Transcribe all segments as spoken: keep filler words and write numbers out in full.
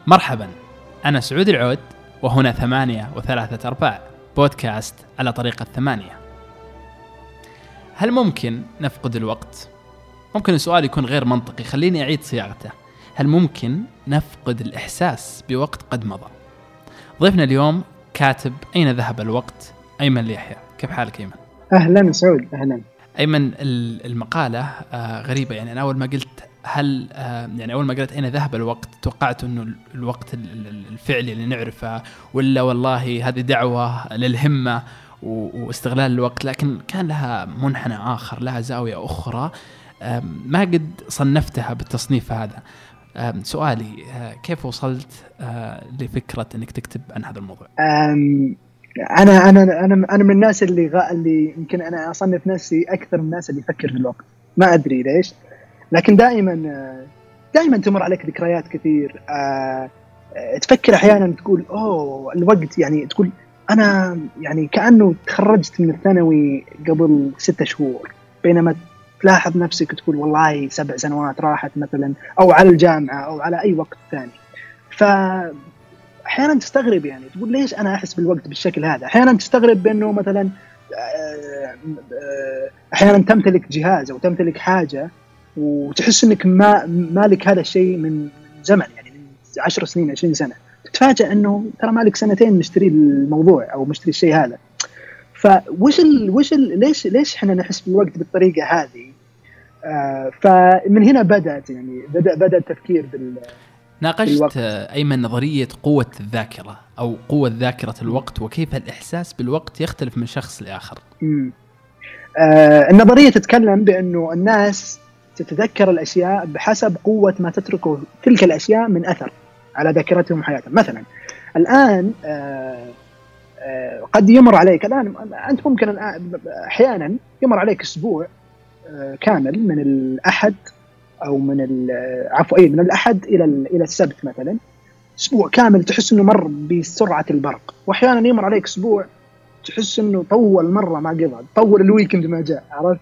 مرحبا، أنا سعود العود، وهنا ثمانية وثلاثة أرباع بودكاست على طريقة ثمانية. هل ممكن نفقد الوقت؟ ممكن السؤال يكون غير منطقي، خليني أعيد صياغته. هل ممكن نفقد الإحساس بوقت قد مضى؟ ضيفنا اليوم كاتب أين ذهب الوقت، أيمن ليحيى. كيف حالك أيمن؟ أهلا سعود. أهلا أيمن. المقالة غريبة، يعني أنا أول ما قلت هل يعني أول ما قلت أين ذهب الوقت توقعت أنه الوقت الفعلي اللي نعرفه، ولا والله هذه دعوة للهمة واستغلال الوقت، لكن كان لها منحنى آخر، لها زاوية أخرى ما قد صنفتها بالتصنيف هذا. سؤالي، كيف وصلت لفكرة أنك تكتب عن هذا الموضوع؟ أنا أنا أنا أنا من الناس اللي غا اللي يمكن أنا أصنف نفسي أكثر من الناس اللي يفكر في الوقت، ما أدري ليش، لكن دائما دائما تمر عليك ذكريات كثير. تفكر أحيانا تقول أوه الوقت، يعني تقول أنا يعني كأنه تخرجت من الثانوي قبل ستة شهور، بينما تلاحظ نفسك تقول والله سبع سنوات راحت مثلا، أو على الجامعة أو على أي وقت ثاني. فأحيانا تستغرب، يعني تقول ليش أنا أحس بالوقت بالشكل هذا. أحيانا تستغرب بأنه مثلا أحيانا تمتلك جهاز أو تمتلك حاجة وتحس إنك ما مالك هذا الشيء من زمن، يعني من عشر سنين عشرين سنة، تتفاجأ إنه ترى مالك سنتين مشتري الموضوع أو مشتري الشيء هذا. فوش ال وش ال ليش ليش إحنا نحس بالوقت بالطريقة هذه؟ آه فمن هنا بدأت يعني بدأ بدأ التفكير بال ناقشت أيمن نظرية قوة الذاكرة أو قوة ذاكرة الوقت، وكيف الإحساس بالوقت يختلف من شخص لآخر. آه النظرية تتكلم بأنه الناس تتذكر الأشياء بحسب قوة ما تتركه تلك الأشياء من أثر على ذاكرتهم وحياتهم. مثلا الآن آه آه قد يمر عليك الآن، أنت ممكن أحيانا يمر عليك أسبوع آه كامل من الأحد أو من عفوا أي من الأحد إلى إلى السبت مثلا، أسبوع كامل تحس إنه مر بسرعة البرق، وأحيانا يمر عليك أسبوع تحس إنه طول مرة ما قضى، طول الويكند ما جاء، عرفت؟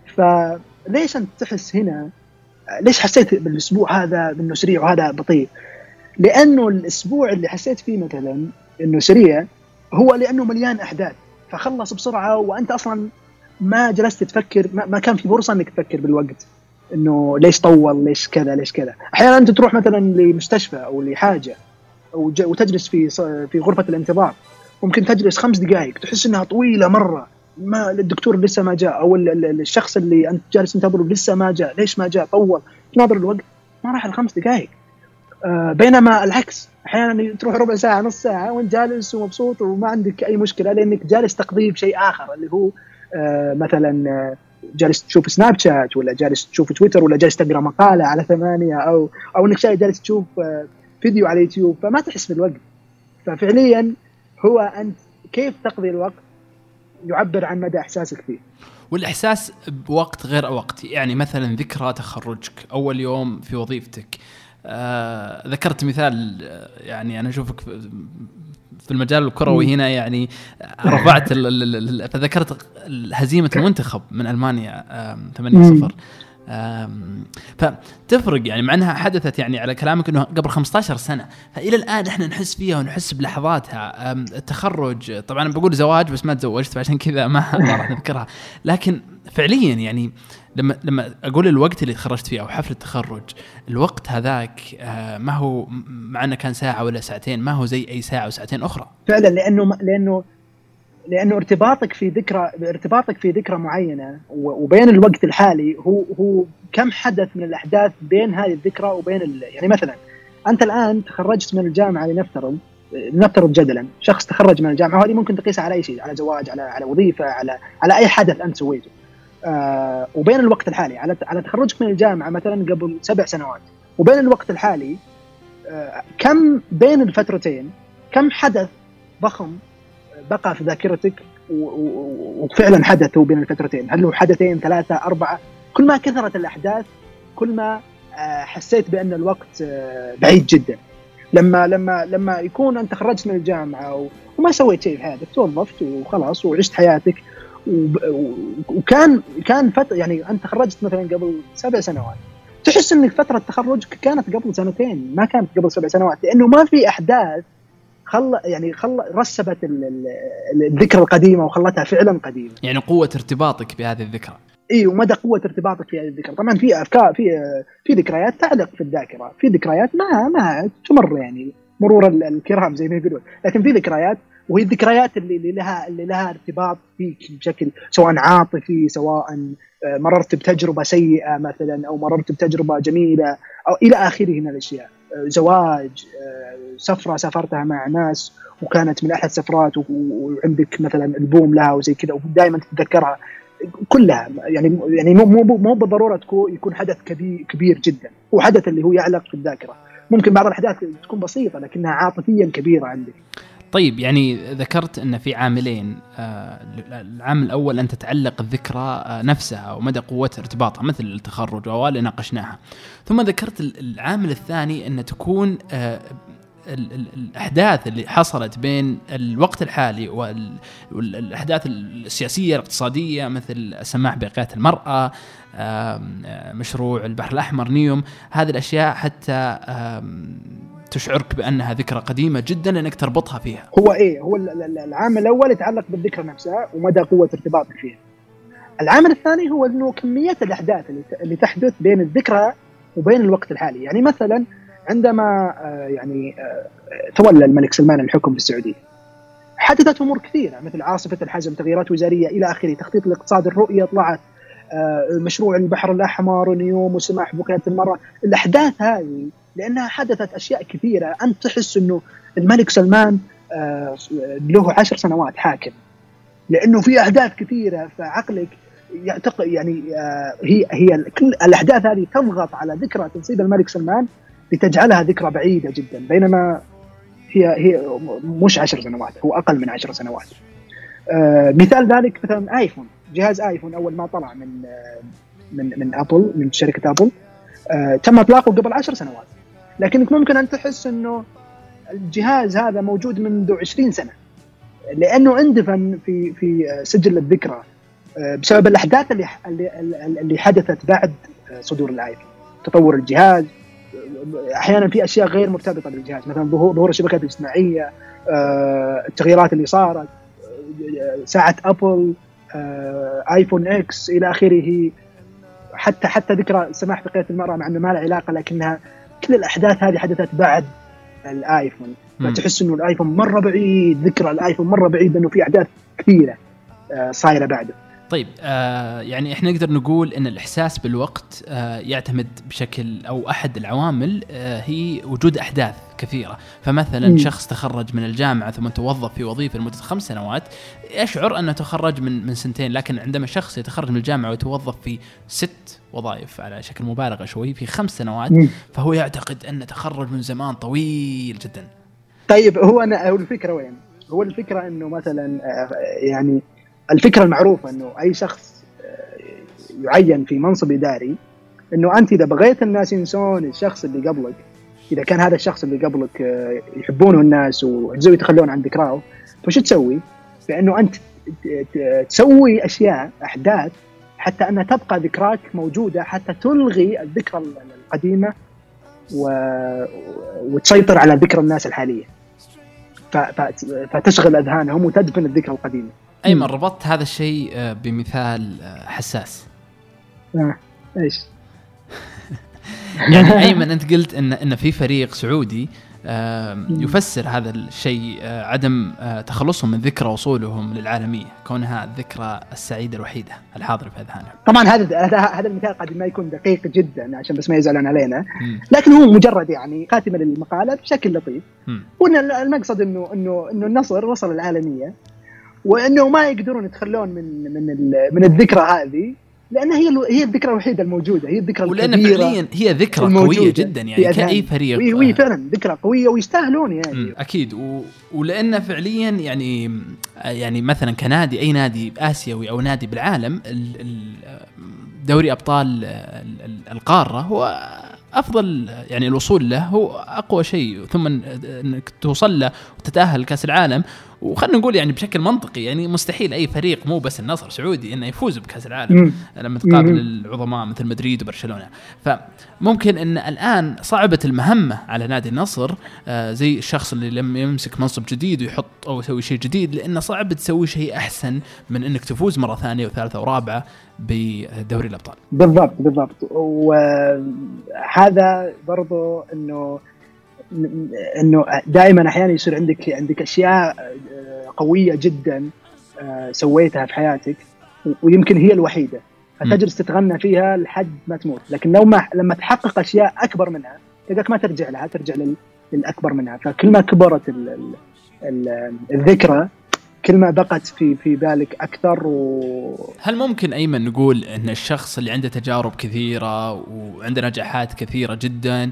فليش أنت تحس هنا، ليش حسيت بالأسبوع هذا إنه سريع وهذا بطيء؟ لأنه الأسبوع اللي حسيت فيه مثلا إنه سريع هو لأنه مليان أحداث، فخلص بسرعة وأنت أصلا ما جلست تفكر، ما, ما كان في فرصة إنك تفكر بالوقت إنه ليش طول، ليش كذا ليش كذا. أحيانا أنت تروح مثلا لمستشفى أو لحاجة وتجلس في في غرفة الانتظار، ممكن تجلس خمس دقائق تحس إنها طويلة مرة، ما الدكتور لسه ما جاء، أو الشخص اللي أنت جالس تنتظره لسه ما جاء، ليش ما جاء؟ طول، تناظر الوقت ما راح الخمس دقائق. آه بينما العكس أحيانا تروح ربع ساعة نص ساعة وأنت جالس ومبسوط وما عندك أي مشكلة، لأنك جالس تقضيه بشيء آخر، اللي هو آه مثلا آه جالس تشوف سناب شات، ولا جالس تشوف تويتر، ولا جالس تقرأ مقالة على ثمانية، أو أو إنك جالس تشوف آه فيديو على يوتيوب، فما تحس بالوقت. ففعليا هو أنت كيف تقضي الوقت يعبر عن مدى إحساسك فيه. والإحساس بوقت غير وقت، يعني مثلا ذكرى تخرجك، أول يوم في وظيفتك. آه ذكرت مثال، يعني أنا أشوفك في المجال الكروي هنا، يعني رفعت فذكرت هزيمة المنتخب من ألمانيا ثمانية صفر. فتفرق يعني، مع أنها حدثت يعني على كلامك أنه قبل خمسة عشر سنة، فإلى الآن إحنا نحس فيها ونحس بلحظاتها. التخرج طبعا بقول زواج بس ما تزوجت، فعشان كذا ما راح نذكرها، لكن فعليا يعني لما لما أقول الوقت اللي تخرجت فيه أو حفل التخرج، الوقت هذاك ما هو مع أنه كان ساعة ولا ساعتين، ما هو زي أي ساعة وساعتين أخرى فعلا، لأنه لأنه لأنه ارتباطك في ذكرى ارتباطك في ذكرى معينة وبين الوقت الحالي هو هو كم حدث من الأحداث بين هذه الذكرى وبين ال... يعني مثلا أنت الآن تخرجت من الجامعة، لنفترض لنفترض جدلا شخص تخرج من الجامعة، وهذه ممكن تقيسها على أي شيء، على زواج، على على وظيفة، على على أي حدث أنت سويته. آه وبين الوقت الحالي، على على تخرجك من الجامعة مثلا قبل سبع سنوات وبين الوقت الحالي، آه كم بين الفترتين كم حدث ضخم بقى في ذاكرتك وفعلا حدثوا بين الفترتين؟ هل هو حدثين ثلاثة أربعة؟ كل ما كثرت الأحداث كل ما حسيت بأن الوقت بعيد جدا. لما لما لما يكون أنت خرجت من الجامعة وما سويت شيء في حياتك، توظفت وخلاص وعشت حياتك، وكان كان فترة، يعني أنت خرجت مثلا قبل سبع سنوات، تحس ان فتره التخرج كانت قبل سنتين، ما كانت قبل سبع سنوات، لانه ما في احداث خل يعني خل رسبت الذكرى القديمه وخلتها فعلا قديمه. يعني قوه ارتباطك بهذه الذكرى. اي، ومدى قوه ارتباطك في هذه الذكرى. طبعا في افكار، في في ذكريات تعلق في الذاكره، في ذكريات ما ما تمر يعني مرور الكرام زي ما يقولون، لكن في ذكريات، وهي الذكريات اللي لها اللي لها ارتباط فيك بشكل سواء عاطفي، سواء مررت بتجربه سيئه مثلا او مررت بتجربه جميله او الى اخره من الاشياء. زواج، سفره سافرتها مع ناس وكانت من احد سفرات وعندك مثلا البوم لها وزي كذا ودائما تتذكرها كلها. يعني يعني مو مو مو بالضروره يكون حدث كبير كبير جدا، هو حدث اللي هو يعلق في الذاكره. ممكن بعض الاحداث تكون بسيطه لكنها عاطفيا كبيره عندك. طيب، يعني ذكرت أن في عاملين. آه العامل الأول أن تتعلق الذكرى آه نفسها ومدى قوة ارتباطها مثل التخرج وأوالي ناقشناها. ثم ذكرت العامل الثاني أن تكون آه الأحداث اللي حصلت بين الوقت الحالي والأحداث السياسية الاقتصادية مثل السماح بحقوق المرأة، مشروع البحر الأحمر، نيوم، هذه الأشياء حتى تشعرك بأنها ذكرى قديمة جدا لأنك تربطها فيها. هو إيه هو العامل الأول يتعلق بالذكرى نفسها ومدى قوة ارتباطك فيها. العامل الثاني هو إنه كمية الأحداث اللي تحدث بين الذكرى وبين الوقت الحالي. يعني مثلا عندما يعني تولى الملك سلمان الحكم في السعودية حدثت أمور كثيرة مثل عاصفة الحزم، تغييرات وزارية إلى آخره، تخطيط الاقتصاد، الرؤية طلعت، مشروع البحر الأحمر، نيوم، وسماح بحقوق المرأة. الأحداث هذه لأنها حدثت أشياء كثيرة، أنت تحس إنه الملك سلمان له عشر سنوات حاكم، لأنه في أحداث كثيرة فعقلك يعتقد يعني هي هي كل الأحداث هذه تضغط على ذكرى تنصيب الملك سلمان لتجعلها ذكرى بعيدة جدا، بينما هي هي مش عشر سنوات، هو أقل من عشر سنوات. آه مثال ذلك مثلا آيفون، جهاز آيفون أول ما طلع من آه من من أبل، من شركة أبل، آه تم إطلاقه قبل عشر سنوات، لكنك ممكن أن تحس إنه الجهاز هذا موجود منذ عشرين سنة، لأنه اندفن في في سجل الذكرى آه بسبب الأحداث اللي اللي اللي حدثت بعد صدور الآيفون، تطور الجهاز، احيانا في اشياء غير مرتبطه بالجهاز، مثلا ظهور ظهور الشبكات الاجتماعيه، التغييرات اللي صارت، ساعه ابل، ايفون اكس الى اخره، حتى حتى ذكرى سماح بحقوق المراه مع انه ما له علاقه، لكنها كل الاحداث هذه حدثت بعد الايفون، فتحس انه الايفون مره بعيد، ذكرى الايفون مره بعيد، لانه في احداث كثيره صايره بعده. طيب، آه يعني احنا نقدر نقول ان الاحساس بالوقت آه يعتمد بشكل او احد العوامل آه هي وجود احداث كثيره. فمثلا م. شخص تخرج من الجامعه ثم توظف في وظيفه لمده خمس سنوات يشعر انه تخرج من من سنتين، لكن عندما شخص يتخرج من الجامعه ويتوظف في ست وظائف على شكل مبالغه شوي في خمس سنوات م. فهو يعتقد ان تخرج من زمان طويل جدا. طيب، هو انا اقول الفكره وين؟ هو الفكره انه مثلا يعني الفكرة المعروفة أنه أي شخص يعين في منصب إداري، أنه أنت إذا بغيت الناس ينسون الشخص اللي قبلك، إذا كان هذا الشخص اللي قبلك يحبونه الناس وعجزوا يتخلون عن ذكراه، فشو تسوي؟ بأنه أنت تسوي أشياء، أحداث، حتى أنها تبقى ذكراك موجودة، حتى تلغي الذكرى القديمة وتسيطر على ذكرى الناس الحالية، فتشغل أذهانهم وتدفن الذكرى القديمة. أيمن، ربطت هذا الشيء بمثال حساس. آه، إيش؟ يعني أيمن، أنت قلت إن إن في فريق سعودي يفسر هذا الشيء عدم تخلصهم من ذكرى وصولهم للعالمية كونها الذكرى السعيدة الوحيدة الحاضرة في أذهانهم. طبعا هذا هذا المثال قد ما يكون دقيق جدا عشان بس ما يزعلون علينا، لكن هو مجرد يعني خاتمة للمقالة بشكل لطيف. وإن المقصد إنه إنه إنه النصر وصل العالمية، وانه ما يقدرون يتخلون من من من الذكرى هذه، لان هي هي الذكرى الوحيده الموجوده، هي الذكرى الكبيره، ولان فعليا هي ذكرى قويه جدا يعني كاي فريق، وهي فعلا ذكرى قويه ويستاهلون يعني. اكيد، و... ولان فعليا يعني يعني مثلا كنادي، اي نادي اسيوي او نادي بالعالم، دوري ابطال القاره هو افضل، يعني الوصول له هو اقوى شيء، ثم انك توصل له وتتاهل كاس العالم، وخلنا نقول يعني بشكل منطقي يعني مستحيل أي فريق مو بس النصر سعودي إنه يفوز بكأس العالم لما تقابل العظماء مثل مدريد وبرشلونة. فممكن إن الآن صعبة المهمة على نادي النصر آه زي الشخص اللي لما يمسك منصب جديد ويحط أو يسوي شيء جديد، لأنه صعب تسوي شيء أحسن من إنك تفوز مرة ثانية وثالثة ورابعة بدوري الأبطال. بالضبط بالضبط. وهذا برضو إنه إنه دائما أحيانا يصير عندك عندك أشياء قوية جدا سويتها في حياتك ويمكن هي الوحيدة، فتجلس تتغنى فيها لحد ما تموت، لكن لو ما لما تحقق أشياء أكبر منها تلقاك ما ترجع لها، ترجع للأكبر منها. فكل ما كبرت ال ال ال الذكرى كل ما بقت في في بالك أكثر. و... هل ممكن أيمن نقول أن الشخص اللي عنده تجارب كثيرة وعنده نجاحات كثيرة جدا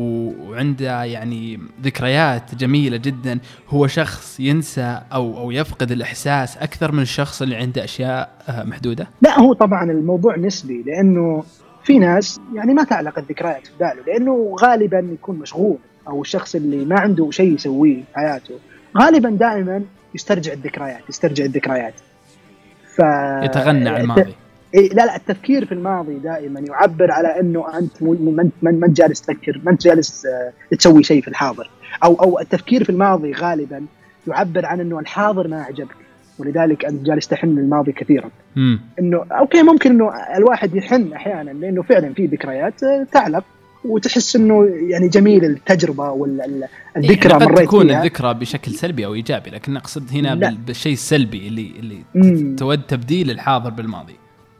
وعنده يعني ذكريات جميلة جدا هو شخص ينسى أو أو يفقد الإحساس أكثر من الشخص اللي عنده أشياء محدودة؟ لا، هو طبعا الموضوع نسبي، لأنه في ناس يعني ما تعلق الذكريات في باله لأنه غالبا يكون مشغول، أو الشخص اللي ما عنده شيء يسويه في حياته غالبا دائما يسترجع الذكريات يسترجع الذكريات ف... يتغنى عن الماضي. إيه لا لا التفكير في الماضي دائما يعبر على انه انت من من من جالس تفكر، ما انت جالس آه تسوي شيء في الحاضر، او او التفكير في الماضي غالبا يعبر عن انه الحاضر ما عجبك، ولذلك انت جالس تحن للماضي كثيرا. مم. انه اوكي ممكن انه الواحد يحن احيانا لانه فعلا في ذكريات تعلق وتحس انه يعني جميل التجربه والذكرى يعني مريت تكون فيها. الذكرى بشكل سلبي او ايجابي، لكن نقصد هنا لا. بالشيء السلبي اللي اللي مم. تود تبديل الحاضر بالماضي.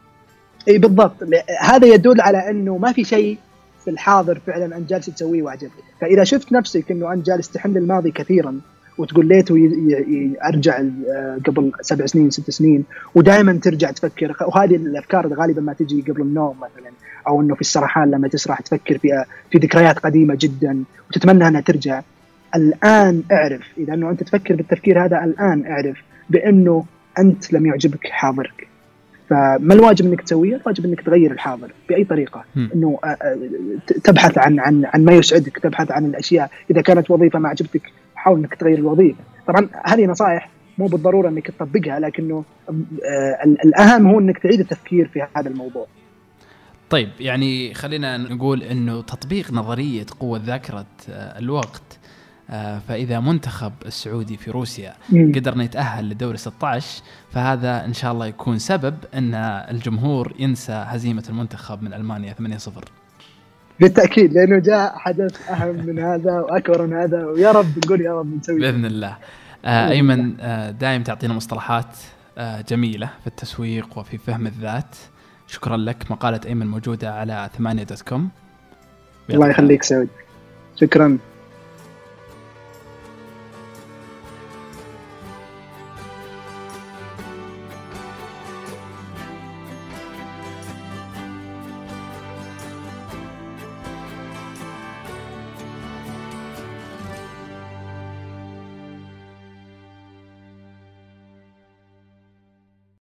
اي بالضبط، هذا يدل على انه ما في شيء في الحاضر فعلا انت جالس تسويه وعجبك. فاذا شفت نفسك انه انت جالس تحن الماضي كثيرا وتقول ليته ارجع قبل سبع سنين ست سنين ودائما ترجع تفكر، وهذه الافكار غالبا ما تجي قبل النوم مثلا، او انه في السرحان لما تسرح تفكر في في ذكريات قديمه جدا وتتمنى انها ترجع. الان اعرف، اذا انه انت تفكر بالتفكير هذا الان اعرف بانه انت لم يعجبك حاضرك. فما الواجب انك تسويه؟ الواجب انك تغير الحاضر باي طريقه، انه تبحث عن عن عن ما يسعدك، تبحث عن الاشياء. اذا كانت وظيفه ما عجبتك حاول انك تغير الوظيفه. طبعا هذه نصائح مو بالضروره انك تطبقها، لكنه الاهم هو انك تعيد التفكير في هذا الموضوع. طيب يعني خلينا نقول انه تطبيق نظريه قوه ذاكره الوقت، فإذا منتخب السعودي في روسيا مم. قدرنا يتأهل لدوري ستة عشر، فهذا إن شاء الله يكون سبب أن الجمهور ينسى هزيمة المنتخب من ألمانيا ثمانية صفر. بالتأكيد، لأنه جاء حدث أهم من هذا وأكبر من هذا، ويا رب نقول يا رب نسوي بإذن الله. آه أيمن آه دائم تعطينا مصطلحات آه جميلة في التسويق وفي فهم الذات. شكرا لك. مقالة أيمن موجودة على ثمانية دوت كوم. الله يخليك سعود، شكرا.